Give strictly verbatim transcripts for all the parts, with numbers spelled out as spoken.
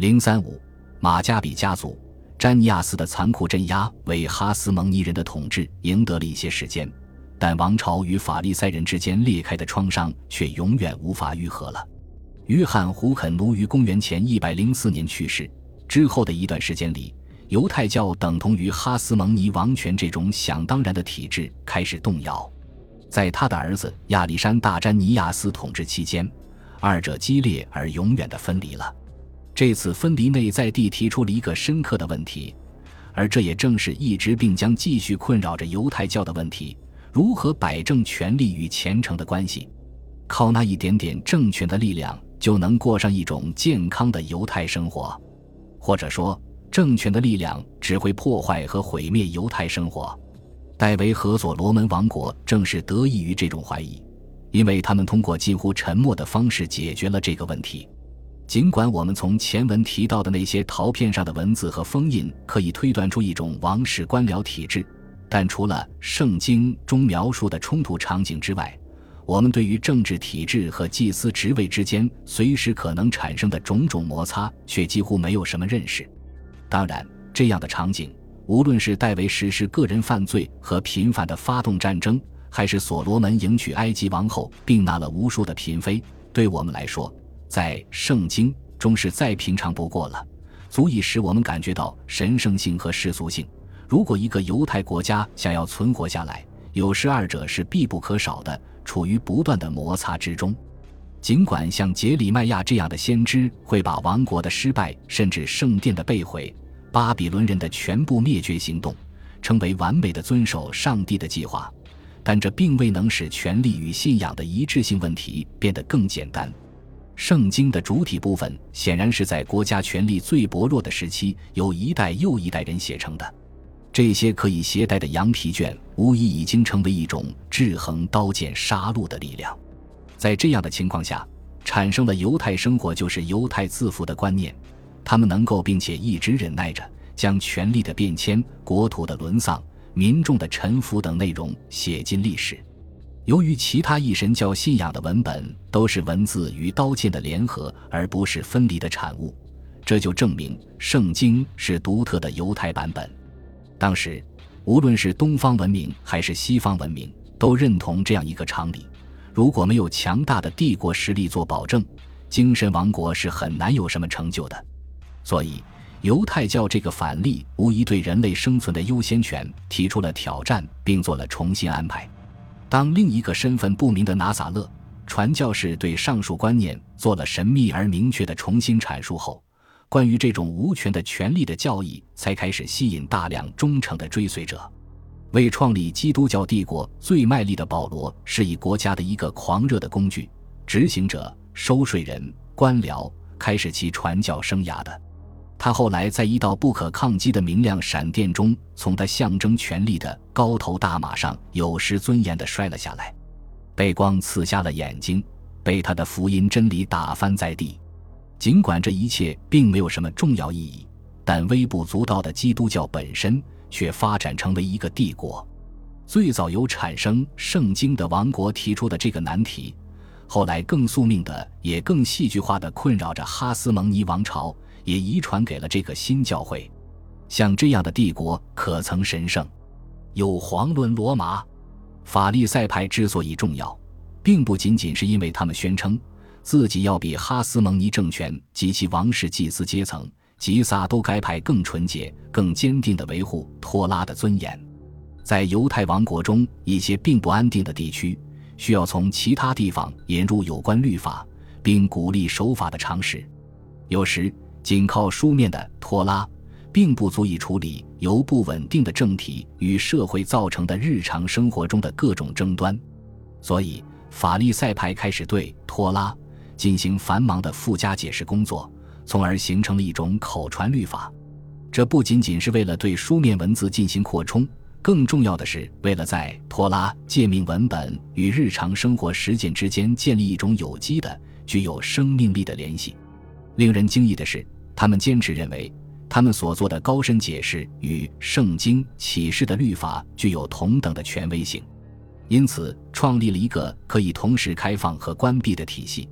零三五马加比家族，詹尼亚斯的残酷镇压为哈斯蒙尼人的统治赢得了一些时间，但王朝与法利赛人之间裂开的创伤却永远无法愈合了。约翰胡肯奴于公元前一百零四年去世之后的一段时间里，犹太教等同于哈斯蒙尼王权这种想当然的体制开始动摇。在他的儿子亚历山大·詹尼亚斯统治期间，二者激烈而永远地分离了。这次分离内在地提出了一个深刻的问题，而这也正是一直并将继续困扰着犹太教的问题：如何摆正权力与虔诚的关系？靠那一点点政权的力量就能过上一种健康的犹太生活，或者说政权的力量只会破坏和毁灭犹太生活。戴维和所罗门王国正是得益于这种怀疑，因为他们通过近乎沉默的方式解决了这个问题。尽管我们从前文提到的那些陶片上的文字和封印可以推断出一种王室官僚体制，但除了圣经中描述的冲突场景之外，我们对于政治体制和祭司职位之间随时可能产生的种种摩擦却几乎没有什么认识。当然，这样的场景，无论是戴维实施个人犯罪和频繁地发动战争，还是所罗门迎娶埃及王后并纳了无数的嫔妃，对我们来说，在圣经中是再平常不过了，足以使我们感觉到神圣性和世俗性。如果一个犹太国家想要存活下来，有时二者是必不可少的，处于不断的摩擦之中。尽管像杰里迈亚这样的先知会把王国的失败甚至圣殿的被毁，巴比伦人的全部灭绝行动成为完美的遵守上帝的计划，但这并未能使权力与信仰的一致性问题变得更简单。圣经的主体部分显然是在国家权力最薄弱的时期由一代又一代人写成的，这些可以携带的羊皮卷无疑已经成为一种制衡刀剑杀戮的力量。在这样的情况下，产生了犹太生活就是犹太自负的观念，他们能够并且一直忍耐着将权力的变迁、国土的沦丧、民众的臣服等内容写进历史。由于其他一神教信仰的文本都是文字与刀剑的联合，而不是分离的产物，这就证明圣经是独特的犹太版本。当时无论是东方文明还是西方文明都认同这样一个常理：如果没有强大的帝国实力做保证，精神王国是很难有什么成就的。所以犹太教这个反例无疑对人类生存的优先权提出了挑战，并做了重新安排。当另一个身份不明的拿撒勒传教士对上述观念做了神秘而明确的重新阐述后，关于这种无权的权力的教义才开始吸引大量忠诚的追随者。为创立基督教帝国最卖力的保罗是以国家的一个狂热的工具、执行者、收税人、官僚开始其传教生涯的。他后来在一道不可抗击的明亮闪电中，从他象征权力的高头大马上有失尊严地摔了下来，被光刺瞎了眼睛，被他的福音真理打翻在地。尽管这一切并没有什么重要意义，但微不足道的基督教本身却发展成为一个帝国。最早由产生圣经的王国提出的这个难题，后来更宿命的也更戏剧化地困扰着哈斯蒙尼王朝，也遗传给了这个新教会。像这样的帝国可曾神圣？有遑论罗马。法利赛派之所以重要，并不仅仅是因为他们宣称自己要比哈斯蒙尼政权及其王室祭司阶层及撒都该派更纯洁、更坚定地维护托拉的尊严。在犹太王国中一些并不安定的地区，需要从其他地方引入有关律法，并鼓励守法的常识。有时仅靠书面的托拉并不足以处理由不稳定的政体与社会造成的日常生活中的各种争端，所以法利赛派开始对托拉进行繁忙的附加解释工作，从而形成了一种口传律法。这不仅仅是为了对书面文字进行扩充，更重要的是为了在托拉诫命文本与日常生活实践之间建立一种有机的、具有生命力的联系。令人惊异的是，他们坚持认为他们所做的高深解释与圣经启示的律法具有同等的权威性，因此创立了一个可以同时开放和关闭的体系，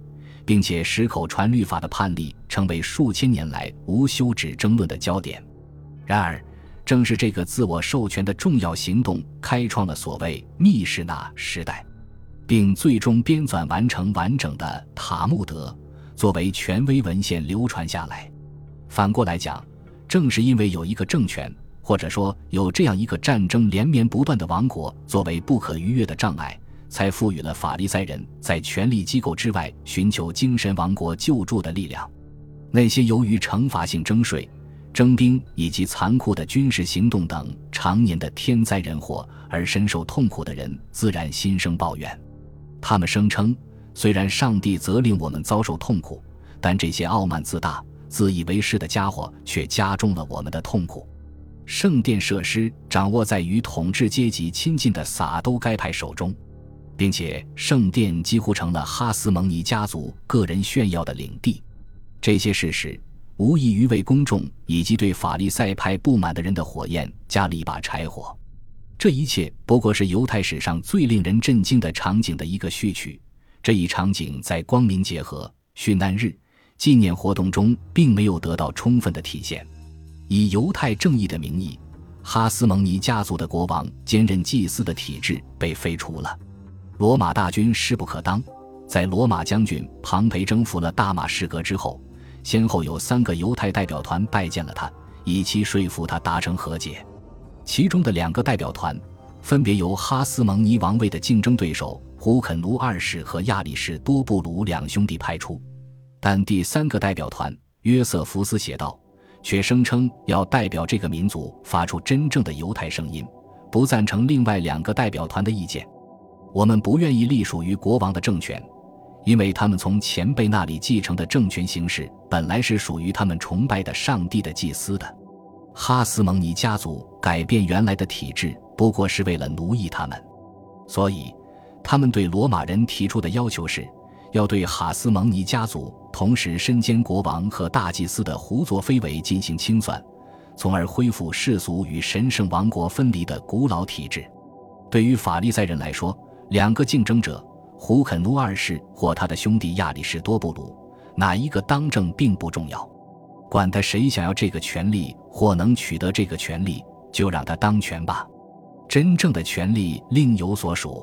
并且使口传律法的判例成为数千年来无休止争论的焦点。然而，正是这个自我授权的重要行动开创了所谓密室纳时代，并最终编纂完成完整的塔木德，作为权威文献流传下来。反过来讲，正是因为有一个政权，或者说有这样一个战争连绵不断的王国作为不可逾越的障碍，才赋予了法利赛人在权力机构之外寻求精神王国救助的力量。那些由于惩罚性征税、征兵以及残酷的军事行动等常年的天灾人祸而深受痛苦的人，自然心生抱怨。他们声称，虽然上帝责令我们遭受痛苦，但这些傲慢自大、自以为是的家伙却加重了我们的痛苦。圣殿设施掌握在与统治阶级亲近的撒都该派手中，并且圣殿几乎成了哈斯蒙尼家族个人炫耀的领地。这些事实无异于为公众以及对法利赛派不满的人的火焰加了一把柴火。这一切不过是犹太史上最令人震惊的场景的一个序曲。这一场景在光明节和、殉难日、纪念活动中并没有得到充分的体现。以犹太正义的名义，哈斯蒙尼家族的国王兼任祭司的体制被废除了。罗马大军势不可当，在罗马将军庞培征服了大马士革之后，先后有三个犹太代表团拜见了他，以期说服他达成和解。其中的两个代表团分别由哈斯蒙尼王位的竞争对手胡肯努二世和亚里士多布鲁两兄弟派出，但第三个代表团约瑟夫斯写道，却声称要代表这个民族发出真正的犹太声音，不赞成另外两个代表团的意见。我们不愿意隶属于国王的政权，因为他们从前辈那里继承的政权形式本来是属于他们崇拜的上帝的祭司的。哈斯蒙尼家族改变原来的体制不过是为了奴役他们，所以他们对罗马人提出的要求是要对哈斯蒙尼家族同时身兼国王和大祭司的胡作非为进行清算，从而恢复世俗与神圣王国分离的古老体制。对于法利赛人来说，两个竞争者胡肯努二世或他的兄弟亚里士多布鲁，哪一个当政并不重要，管他谁想要这个权利或能取得这个权利，就让他当权吧。真正的权利另有所属。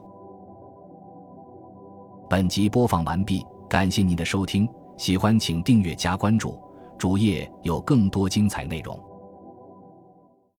本集播放完毕，感谢您的收听，喜欢请订阅加关注，主页有更多精彩内容。